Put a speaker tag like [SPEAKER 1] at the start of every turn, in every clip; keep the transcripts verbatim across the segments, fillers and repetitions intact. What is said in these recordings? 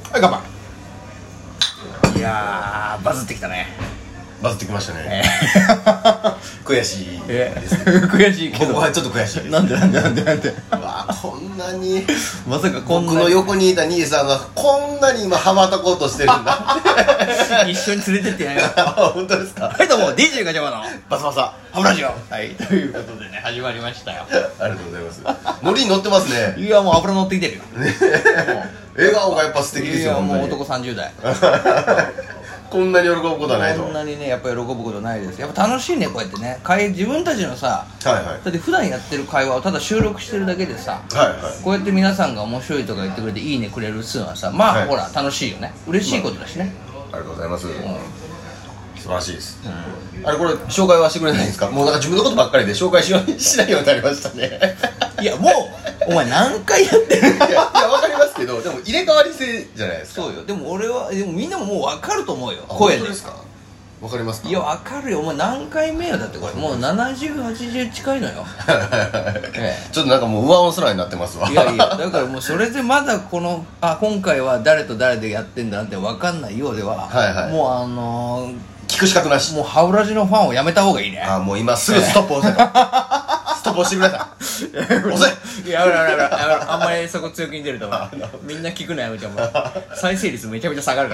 [SPEAKER 1] はい乾杯。いやーバズってきたね。
[SPEAKER 2] バズってきましたね、
[SPEAKER 1] えー、
[SPEAKER 2] 悔しいですけど、
[SPEAKER 1] えー、悔しいけど
[SPEAKER 2] 僕はちょっと悔しいです。
[SPEAKER 1] なんでなんでなんでなんで
[SPEAKER 2] うわこんなに
[SPEAKER 1] まさかこんな
[SPEAKER 2] 僕の横にいた兄さんがこんなに今羽ばたこうとしてるんだ
[SPEAKER 1] 一緒に連れてってやるよ。
[SPEAKER 2] 本当ですか。
[SPEAKER 1] はいどうも ディージェー ガチャバの
[SPEAKER 2] バサバサ
[SPEAKER 1] ハムラジオ、はい、ということでね始まりましたよ。
[SPEAKER 2] ありがとうございます。ノリに乗ってますね。
[SPEAKER 1] いやもう油乗ってきてるよ。
[SPEAKER 2] 笑顔がやっぱ素敵ですよ。
[SPEAKER 1] いやもう
[SPEAKER 2] 本当に
[SPEAKER 1] 男さんじゅう代
[SPEAKER 2] こんなに喜ぶことはないと。
[SPEAKER 1] こんなにねやっぱり喜ぶことないです。やっぱ楽しいねこうやってね会自分たちのさ、
[SPEAKER 2] はいはい
[SPEAKER 1] だって普段やってる会話をただ収録してるだけでさ、
[SPEAKER 2] はいはい
[SPEAKER 1] こうやって皆さんが面白いとか言ってくれていいねくれるっつうのはさまあ、
[SPEAKER 2] はい
[SPEAKER 1] ほら楽しいよね。嬉しいことだしね、
[SPEAKER 2] ありがとうございます、
[SPEAKER 1] うん
[SPEAKER 2] 素晴らしいです、うん、あれこれ紹介はしてくれないんですか。もうなんか自分のことばっかりで紹介しようしないようになりましたね
[SPEAKER 1] いやもうお前何回やってる
[SPEAKER 2] いやいやわかりますけどでも入れ替わり制じゃないですか。
[SPEAKER 1] そうよ。でも俺はでもみんなももう分かると思うよ
[SPEAKER 2] あ
[SPEAKER 1] 声で。
[SPEAKER 2] 本当ですか。わかりますか。
[SPEAKER 1] いや分かるよ。お前何回目よ。だってこれもうななじゅう、はちじゅう近いのよえ
[SPEAKER 2] ちょっとなんかもう上の空になってますわ。
[SPEAKER 1] えいやいやだからもうそれでまだこのあ今回は誰と誰でやってんだなんて分かんないようでは、
[SPEAKER 2] はいはい
[SPEAKER 1] もうあのー、
[SPEAKER 2] 聞く資格なし。
[SPEAKER 1] もうハウラジのファンをやめた方がいいね。
[SPEAKER 2] あもう今すぐストップ押せとストップ押してください押せ。
[SPEAKER 1] いややめろやめろやめろあんまりそこ強気に出ると思うみんな聞くのやめてお前再生率めちゃめちゃ下がる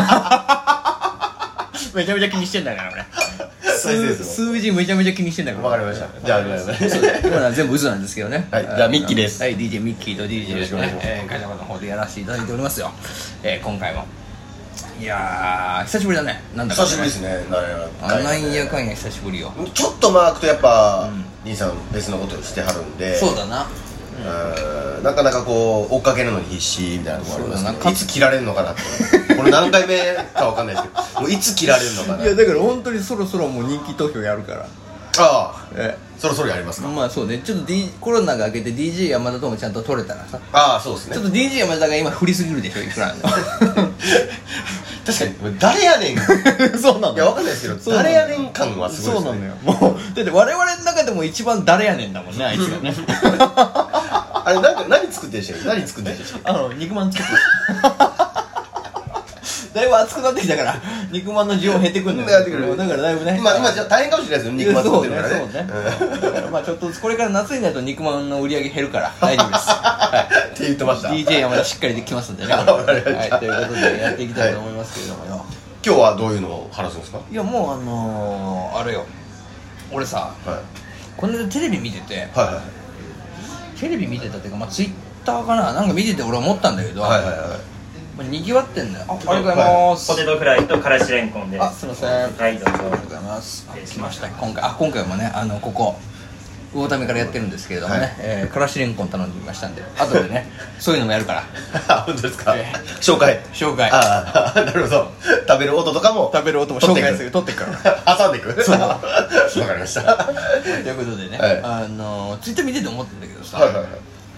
[SPEAKER 1] からめちゃめちゃ気にしてんだから俺
[SPEAKER 2] 再生数
[SPEAKER 1] 数字めちゃめちゃ気にしてんだから。
[SPEAKER 2] わかりました。じゃあじゃあじゃあ
[SPEAKER 1] 今のは全部嘘なんですけどね。
[SPEAKER 2] はいじゃあミッキーです。
[SPEAKER 1] はい ディージェー ミッキーと ディージェー ですね
[SPEAKER 2] よろしくお願いします。
[SPEAKER 1] えーガチャバの方でやらせていただいておりますよ。えー今回もいやー久しぶりだね。なんだか
[SPEAKER 2] 久しぶりですね。なんや
[SPEAKER 1] あなんやかんや久しぶりよ。
[SPEAKER 2] ちょっとマークとやっぱ、
[SPEAKER 1] うん
[SPEAKER 2] 兄さん別のことをしてはるんで、
[SPEAKER 1] そうだな。
[SPEAKER 2] うんなかなかこう追っかけるのに必死みたいなところあります
[SPEAKER 1] そうだない
[SPEAKER 2] けどつ切られるのかなってこれ何回目かわかんないですけどもういつ切られるのかない
[SPEAKER 1] やだから本当にそろそろもう人気投票やるから。
[SPEAKER 2] ああ
[SPEAKER 1] え
[SPEAKER 2] そろそろやりますか。
[SPEAKER 1] まあそうね。ちょっと、D、コロナが明けて ディージェー 山田ともちゃんと取れたらさ、
[SPEAKER 2] ああそうですね
[SPEAKER 1] ちょっと ディージェー 山田が今振りすぎるでしょいくらなんで
[SPEAKER 2] 確かに誰やねん
[SPEAKER 1] そうなの
[SPEAKER 2] いやわかんないですけど
[SPEAKER 1] そうなの
[SPEAKER 2] 誰やねん感はすごいですね。
[SPEAKER 1] そうなのよ。もうだって我々の中でも一番誰やねんだもんねあいつがね
[SPEAKER 2] あれなんか何作ってんでしたっけ。何作ってんでしたっ
[SPEAKER 1] あの肉まん作ってるだいぶ熱くなってきたから肉まんの需要減ってくるんだよ。
[SPEAKER 2] やってくる
[SPEAKER 1] だからだいぶね
[SPEAKER 2] け。今今じゃ大変かもしれないですよ肉まん作ってるからね。
[SPEAKER 1] そうねそうねだからまあちょっとこれから夏になると肉まんの売り上げ減るから大丈夫です、は
[SPEAKER 2] うんって言ってました。
[SPEAKER 1] い、ディージェー 山田しっかりできますんでね
[SPEAKER 2] わかりました
[SPEAKER 1] はい、ということでやっていきたいと思いますけれどもよ、
[SPEAKER 2] 今日はどういうのを話すんですか。
[SPEAKER 1] い、やもうあのー、あれよ俺さ
[SPEAKER 2] はい
[SPEAKER 1] この間テレビ見てて
[SPEAKER 2] はいはい
[SPEAKER 1] テレビ見てたっていうかまあツイッターかななんか見てて俺思ったんだけど、
[SPEAKER 2] はいはいはい
[SPEAKER 1] まあ、にぎわってんだよ。あ、ありがとうございます。
[SPEAKER 3] ポテトフライとからしれんこんです。
[SPEAKER 1] あ、すいません。
[SPEAKER 3] はい、どうぞ。
[SPEAKER 1] ありがとうございます。あ来ました。今回、あ、今回もね、あのここ魚民からやってるんですけれどもね、
[SPEAKER 2] はい
[SPEAKER 1] えーからしれんこん頼んでみましたんで、後でね、そういうのもやるから。
[SPEAKER 2] あ本当ですか、
[SPEAKER 1] え
[SPEAKER 2] 紹介
[SPEAKER 1] 紹介。
[SPEAKER 2] ああなるほど食べる音とかも
[SPEAKER 1] 食べる音も紹介する撮っていくから。
[SPEAKER 2] 挟んでいく
[SPEAKER 1] そう
[SPEAKER 2] わかりましたは
[SPEAKER 1] ということでね、
[SPEAKER 2] はい
[SPEAKER 1] あのツイッター見てて思ってんだけどさ、
[SPEAKER 2] いはいはい
[SPEAKER 1] あの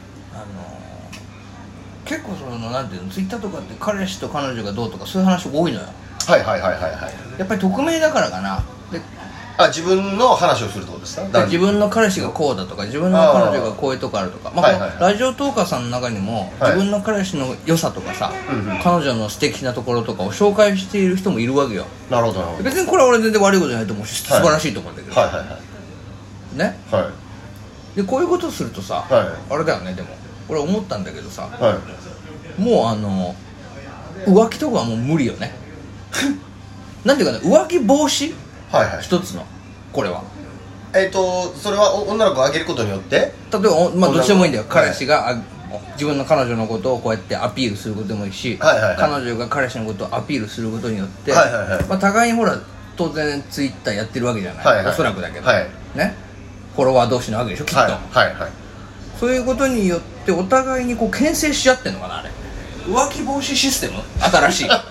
[SPEAKER 1] 結構そのなんていうのツイッターとかって彼氏と彼女がどうとかそういう話多いのよ。
[SPEAKER 2] はいはいはいはいはい
[SPEAKER 1] やっぱり匿名だからかな。で
[SPEAKER 2] あ自分の話をするってことですか。
[SPEAKER 1] 自分の彼氏がこうだとか自分の彼女がこういうとこあるとかまあ、
[SPEAKER 2] はいはいはい
[SPEAKER 1] このラジオトーカーさんの中にも、
[SPEAKER 2] はい
[SPEAKER 1] 自分の彼氏の良さとかさ、
[SPEAKER 2] うんうん
[SPEAKER 1] 彼女の素敵なところとかを紹介している人もいるわけよ。
[SPEAKER 2] なるほどなるほど
[SPEAKER 1] 別にこれは俺全然悪いことじゃないと思うし素晴らしいと思うんだけど、
[SPEAKER 2] はいはいはい
[SPEAKER 1] ね
[SPEAKER 2] はい
[SPEAKER 1] でこういうことをするとさ、
[SPEAKER 2] はい
[SPEAKER 1] あれだよね。でも俺思ったんだけどさ、
[SPEAKER 2] はい
[SPEAKER 1] もうあの浮気とかはもう無理よねなんていうかね浮気防止
[SPEAKER 2] はいはい
[SPEAKER 1] 一つのこれは
[SPEAKER 2] えっ、とそれはお女の子をあげることによって
[SPEAKER 1] 例えばおまあどっちでもいいんだよ。
[SPEAKER 2] はい
[SPEAKER 1] 彼氏があ自分の彼女のことをこうやってアピールすることでもいいし、
[SPEAKER 2] はいはいはい
[SPEAKER 1] 彼女が彼氏のことをアピールすることによって、
[SPEAKER 2] はいはいはい
[SPEAKER 1] まあ、互いにほら当然ツイッターやってるわけじゃない、
[SPEAKER 2] はいはい
[SPEAKER 1] おそらくだけど、
[SPEAKER 2] はい
[SPEAKER 1] ねフォロワー同士なわけでしょきっと、
[SPEAKER 2] はいはいはい
[SPEAKER 1] そういうことによってお互いにこう牽制し合ってんのかなあれ浮気防止システム新しいいや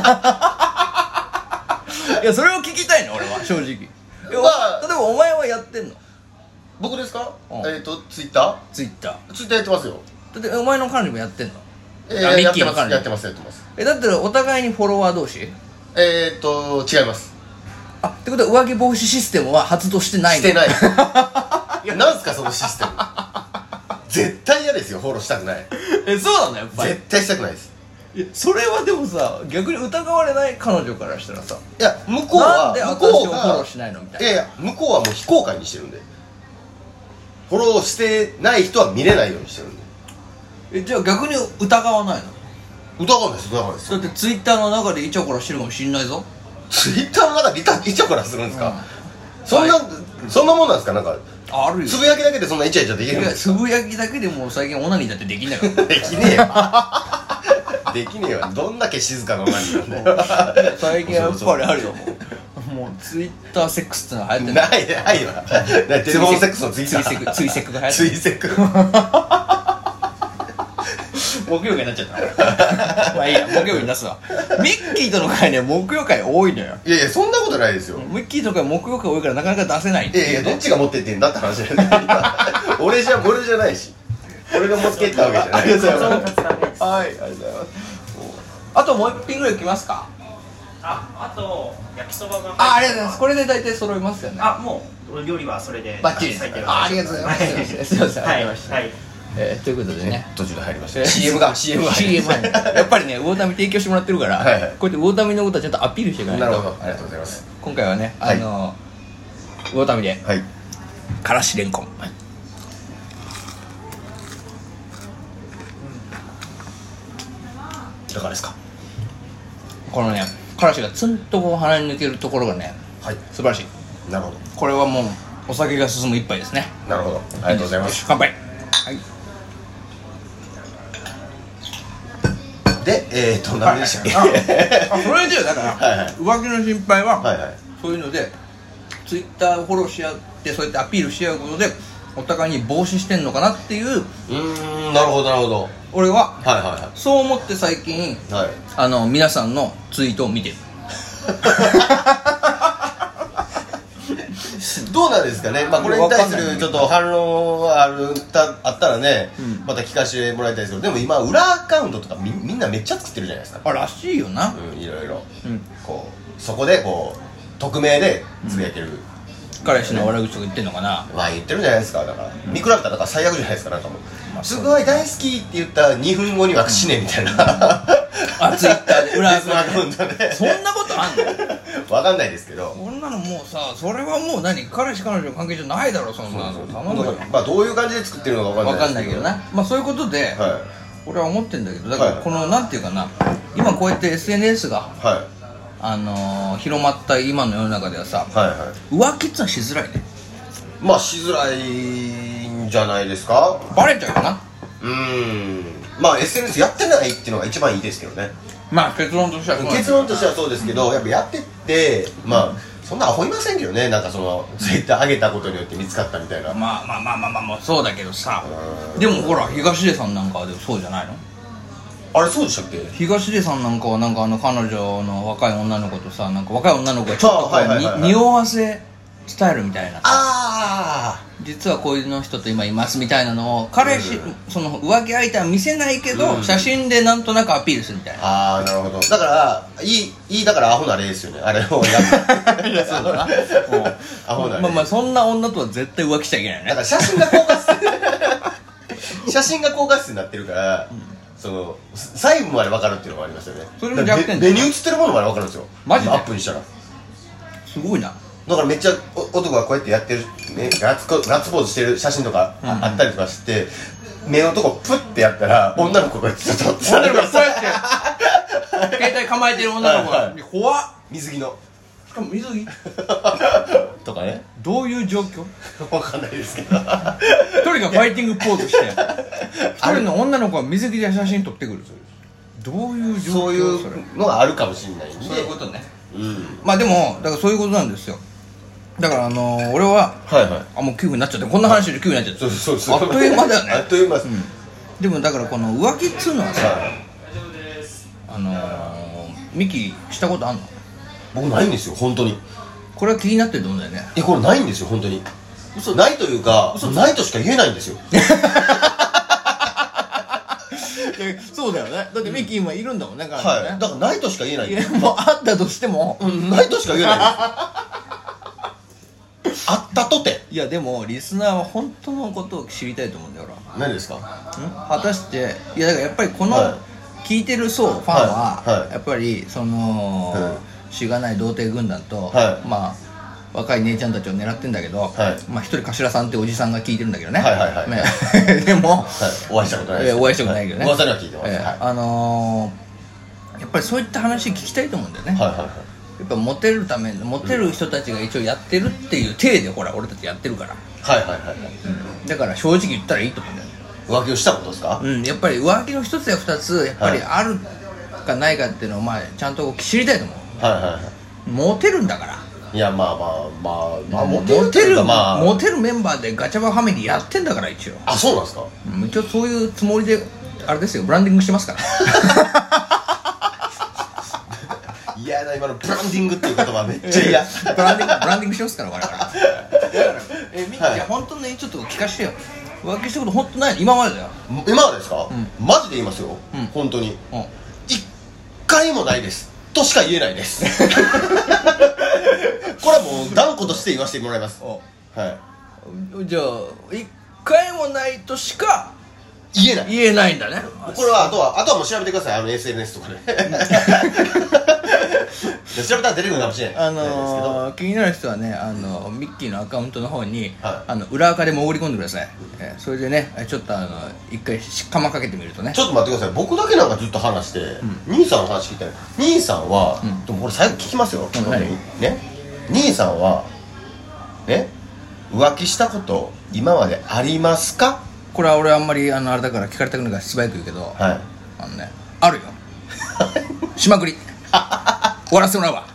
[SPEAKER 1] それを聞きたいの俺は正直。いや
[SPEAKER 2] まあ
[SPEAKER 1] 例えばお前はやってんの
[SPEAKER 2] 僕ですか。
[SPEAKER 1] うん
[SPEAKER 2] えっ、とツイッタ
[SPEAKER 1] ツイッター
[SPEAKER 2] ーツイッターやってますよ。
[SPEAKER 1] だってお前の彼女もやってんの、
[SPEAKER 2] えー、
[SPEAKER 1] あミ
[SPEAKER 2] や
[SPEAKER 1] ッキーの彼女
[SPEAKER 2] ってますやってますやってます
[SPEAKER 1] えだったらお互いにフォロワー同士
[SPEAKER 2] えっ、と違います
[SPEAKER 1] あってことは浮気防止システムは発動してないの
[SPEAKER 2] してないいやなんすかそのシステム絶対嫌ですよ。フォローしたくない
[SPEAKER 1] えそうなんだやっぱり
[SPEAKER 2] 絶対したくないです。
[SPEAKER 1] いやそれはでもさ逆に疑われない彼女からしたらさ
[SPEAKER 2] いや向こうは
[SPEAKER 1] なんで
[SPEAKER 2] 向こう
[SPEAKER 1] 私をフォロー
[SPEAKER 2] が
[SPEAKER 1] しないのみたい
[SPEAKER 2] いやいや向こうはもう非公開にしてるんでフォローしてない人は見れないようにしてるんで。
[SPEAKER 1] なえじゃあ逆に疑わないの？
[SPEAKER 2] 疑わないです疑わないです
[SPEAKER 1] だってツイッターの中でイチャコラしてるかもしんないぞ。
[SPEAKER 2] ツイッターの中でイチャイチャコラするんですか、
[SPEAKER 1] うん
[SPEAKER 2] そんな、
[SPEAKER 1] はい
[SPEAKER 2] そんなもんなんですか。なんか
[SPEAKER 1] あるよ
[SPEAKER 2] つぶやきだけでそんなイチャイチャできるん
[SPEAKER 1] いや
[SPEAKER 2] ですか。
[SPEAKER 1] つぶやきだけでもう最近オナニーだってできんないから
[SPEAKER 2] できねえよできねえよ。どんだけ静かな女になんだよ
[SPEAKER 1] 最近はやっぱりあるよもうもうツイッターセックスってのが流行ってる
[SPEAKER 2] ないないわテレフォンセックスのツイッター
[SPEAKER 1] ツイセクツイセクが流行ってる
[SPEAKER 2] ツイセク
[SPEAKER 1] 木曜会になっちゃったなまあいいや木曜日に出すわミッキーとの会ね木曜会多いのよ。
[SPEAKER 2] いやいやそんなことないですよ。
[SPEAKER 1] ミッキーとの会木曜会多いからなかなか出せないっていうね
[SPEAKER 2] いやいやどっちが持ってってんだって話じゃない俺じゃ俺じゃないし俺が持ってったわけじゃない
[SPEAKER 1] ありがとうござい
[SPEAKER 3] 雑談です。
[SPEAKER 1] はいありがとうございます。あともう一品ぐらい来ますか？
[SPEAKER 3] あ、あと焼きそばが。
[SPEAKER 1] あありがとうございます。これで大体揃いますよね。
[SPEAKER 3] あ、もう料理はそれで。
[SPEAKER 1] バッチリです。
[SPEAKER 3] 最低
[SPEAKER 1] あありがとうございます。
[SPEAKER 3] はい
[SPEAKER 1] すいませんありがとうございました。
[SPEAKER 3] はい。
[SPEAKER 1] えーということでね。
[SPEAKER 2] 途中で入りました、
[SPEAKER 1] えー
[SPEAKER 2] シーエム が シーエム が
[SPEAKER 1] シーエム 入るやっぱりね魚民提供してもらってるから、
[SPEAKER 2] はいはい
[SPEAKER 1] こうやって魚民のことはちゃんとアピールしていかないと。
[SPEAKER 2] なるほどありがとうございます。
[SPEAKER 1] 今回はね
[SPEAKER 2] はい
[SPEAKER 1] あの魚民で
[SPEAKER 2] はい
[SPEAKER 1] からしれんこん、
[SPEAKER 2] いかがですか。
[SPEAKER 1] このねからしがツンとこう鼻に抜けるところがね
[SPEAKER 2] はい
[SPEAKER 1] 素晴らしい。
[SPEAKER 2] なるほど
[SPEAKER 1] これはもうお酒が進む一杯ですね。
[SPEAKER 2] なるほどありがとうございます。
[SPEAKER 1] 乾杯。はい
[SPEAKER 2] でえーと何でしたっけ、
[SPEAKER 1] ああそれでだから
[SPEAKER 2] はいはい
[SPEAKER 1] 浮気の心配は
[SPEAKER 2] はいはい
[SPEAKER 1] そういうのでツイッターをフォローし合ってそうやってアピールし合うことでお互いに防止してんのかなっていう
[SPEAKER 2] うーんなるほどなるほど
[SPEAKER 1] 俺は
[SPEAKER 2] はいはいは
[SPEAKER 1] そう思って最近
[SPEAKER 2] いはい
[SPEAKER 1] あの皆さんのツイートを見てる。
[SPEAKER 2] どうなんですかね、まあ、これに対するちょっと反論があるたあったらね、
[SPEAKER 1] うん
[SPEAKER 2] また聞かせてもらいたいですけど、でも今裏アカウントとか み, みんなめっちゃ作ってるじゃないですか、
[SPEAKER 1] あらしいよな。
[SPEAKER 2] うん、いろいろ
[SPEAKER 1] うん
[SPEAKER 2] こうそこでこう匿名でつぶやける、
[SPEAKER 1] 彼氏の悪口とか言ってんのかな。
[SPEAKER 2] まあ言ってるじゃないですか。だから見比べたらなんか最悪じゃないですか。なんかもう、
[SPEAKER 1] まあ
[SPEAKER 2] すごい大好きって言ったにふんごには死ねみたいな、
[SPEAKER 1] あツイッターで裏ア
[SPEAKER 2] 別のアカウ
[SPEAKER 1] カウント
[SPEAKER 2] ントで
[SPEAKER 1] そんなことあんの？
[SPEAKER 2] わかんないですけど、
[SPEAKER 1] こんなのもうさそれはもう何彼氏彼女の関係じゃないだろそんなの頼むよ。
[SPEAKER 2] まあどういう感じで作ってるのかわかん
[SPEAKER 1] わかん
[SPEAKER 2] ないです
[SPEAKER 1] ないけどな。まあそういうことで、
[SPEAKER 2] は
[SPEAKER 1] 俺は思ってんだけどだから
[SPEAKER 2] はい
[SPEAKER 1] このなんていうかな今こうやって エスエヌエス が
[SPEAKER 2] いはい
[SPEAKER 1] あのー、広まった今の世の中ではさ
[SPEAKER 2] はいはい
[SPEAKER 1] 浮気っつうのはしづらいね。
[SPEAKER 2] まあしづらいんじゃないですか。
[SPEAKER 1] バレちゃうよな。
[SPEAKER 2] うーんまあ エスエヌエス やってないっていうのが一番いいですけどね。
[SPEAKER 1] まあ結論としてはそうなんだけど
[SPEAKER 2] 結論としてはそうですけど、やっぱやってってまあそんなアホいませんけどね。なんかそのツイッター上げたことによって見つかったみたいな。
[SPEAKER 1] まあまあまあまあまあまあそうだけどさ
[SPEAKER 2] うん
[SPEAKER 1] でもほら東出さんなんかはでもそうじゃないの。
[SPEAKER 2] あれそうでしたっけ。
[SPEAKER 1] 東出さんなんかはなんかあの彼女の若い女の子とさなんか若い女の子がちょっとこ
[SPEAKER 2] あはいはいはいはいう
[SPEAKER 1] に匂わせスタイルみたいなさ
[SPEAKER 2] あ
[SPEAKER 1] 実はこういうの人と今いますみたいなのを彼氏、
[SPEAKER 2] うん
[SPEAKER 1] その浮気相手は見せないけど、
[SPEAKER 2] うん
[SPEAKER 1] 写真でなんとなくアピールするみたいな。
[SPEAKER 2] ああなるほど。だからいいいいだからアホな例ですよね。あれをやった
[SPEAKER 1] いやそうだな
[SPEAKER 2] アホな例。
[SPEAKER 1] まあまあそんな女とは絶対浮気しちゃいけないよね。
[SPEAKER 2] だから写真が高画質写真が高画質になってるから、その細部まで分かるっていうのがありましたよね。
[SPEAKER 1] それも弱点だよ
[SPEAKER 2] 目に映ってるものまで分かるんですよ。
[SPEAKER 1] マジで
[SPEAKER 2] アップにしたら。
[SPEAKER 1] すごいな。
[SPEAKER 2] だからめっちゃお男がこうやってやってる、ね、ガッツコガッツポーズしてる写真とかあ,、
[SPEAKER 1] うん
[SPEAKER 2] あったりとかして目のとこプッてやったら、うん、女の子がちょっと
[SPEAKER 1] 女の子がこうやって携帯構えてる女の子が
[SPEAKER 2] はいはい
[SPEAKER 1] 怖っ。
[SPEAKER 2] 水着の
[SPEAKER 1] しかも水着
[SPEAKER 2] とかね。
[SPEAKER 1] どういう状況。
[SPEAKER 2] わかんないですけど
[SPEAKER 1] 一人がファイティングポーズして一人の女の子が水着で写真撮ってくる。どういう状況。
[SPEAKER 2] そういう
[SPEAKER 1] それ
[SPEAKER 2] のがあるかもしれないんで。
[SPEAKER 1] そういうことね。
[SPEAKER 2] うん
[SPEAKER 1] まあでもだからそういうことなんですよ。だからあのー、俺は
[SPEAKER 2] はいはい
[SPEAKER 1] あもうきゅうふんになっちゃってこんな話できゅうふんになっちゃって
[SPEAKER 2] そうそうそう
[SPEAKER 1] あっという間だよね。
[SPEAKER 2] あっという間です、
[SPEAKER 1] うんでもだからこの浮気っつうのはさ
[SPEAKER 2] はい
[SPEAKER 1] あのー、ミキしたことあんの。
[SPEAKER 2] 僕ないんですよ本当に。
[SPEAKER 1] これは気になってると思うんだよね。
[SPEAKER 2] えこれないんですよ本当に。
[SPEAKER 1] 嘘
[SPEAKER 2] ないというか
[SPEAKER 1] 嘘
[SPEAKER 2] ないとしか言えないんですよ
[SPEAKER 1] そうだよね。だってミキ今いるんだもんね。彼女ね
[SPEAKER 2] はいだからないとしか言えないん
[SPEAKER 1] い
[SPEAKER 2] です
[SPEAKER 1] やもうあったとしても
[SPEAKER 2] うんないとしか言えないんですあったとて。
[SPEAKER 1] いやでもリスナーは本当のことを知りたいと思うんだよ俺は。
[SPEAKER 2] 何ですか。
[SPEAKER 1] ん果たしていやだからやっぱりこの、
[SPEAKER 2] はい
[SPEAKER 1] 聞いてる層ファンは、
[SPEAKER 2] はいはい、
[SPEAKER 1] やっぱりその、うん、しがない童貞軍団と、
[SPEAKER 2] はい、
[SPEAKER 1] まあ若い姉ちゃんたちを狙ってんだけど、はい、まあ一人頭さんっておじさんが聞いてるんだけどね、
[SPEAKER 2] はいはいはい、
[SPEAKER 1] ねでも、はい、
[SPEAKER 2] お会いしたことないです、
[SPEAKER 1] お会いしたことないけどね、
[SPEAKER 2] 噂には聞いてます、
[SPEAKER 1] えーはい、あのー、やっぱりそういった話聞きたいと思うんだよね、はいはいはい、やっぱモテるためモテる人たちが一応やってるっていう体でほら俺たちやってるから、
[SPEAKER 2] はいはいはい、
[SPEAKER 1] うん、だから正直言ったらいいと思うんだよね。
[SPEAKER 2] 浮気をしたことですか？
[SPEAKER 1] うん、やっぱり浮気の一つや二つやっぱりあるかないかっていうのをまあちゃんと知りたいと思う。はいはいはい。モテるんだから。
[SPEAKER 2] いやまあまあまあまあ
[SPEAKER 1] モテるモテる、まあ、モテるメンバーでガチャバファミリーやってんだから一応。
[SPEAKER 2] あ、そうなんですか？
[SPEAKER 1] うん、一応そういうつもりであれですよ、ブランディングしてますから。
[SPEAKER 2] いやだ今のブランディングっていう言葉めっちゃ嫌。
[SPEAKER 1] ブランディングブランディングしてますから我々。だからえミッキー、はい、本当ねちょっと聞かしてよ。浮気したこと本当ないの？今までだよ。
[SPEAKER 2] 今までですか？うん、マジで言いますよ。うん、本当に。うん、一回もないです。としか言えないです。これはもう断固として言わせてもらいます。はい。
[SPEAKER 1] じゃあ一回もないとしか
[SPEAKER 2] 言えない。
[SPEAKER 1] 言えないんだね。
[SPEAKER 2] これはあとはあとはもう調べてください。あの エスエヌエス とかで。調べたら出てくるかもしれない。
[SPEAKER 1] あのー、気になる人はね、あのミッキーのアカウントの方に、はい、あの裏垢で潜り込んでください。えー、それでね、ちょっとあの一回しっかまかけてみるとね。
[SPEAKER 2] ちょっと待ってください。僕だけなんかずっと話して、うん、兄さんの話聞いてない。兄さんは、うん、でもこれ最後聞きますよ。本当にね。兄さんはね、浮気したこと今までありますか？
[SPEAKER 1] これは俺あんまりあのあれだから聞かれたくないから素早く言うけど、はい、あのね、あるよ。しまくり。終わらせてもらうわ。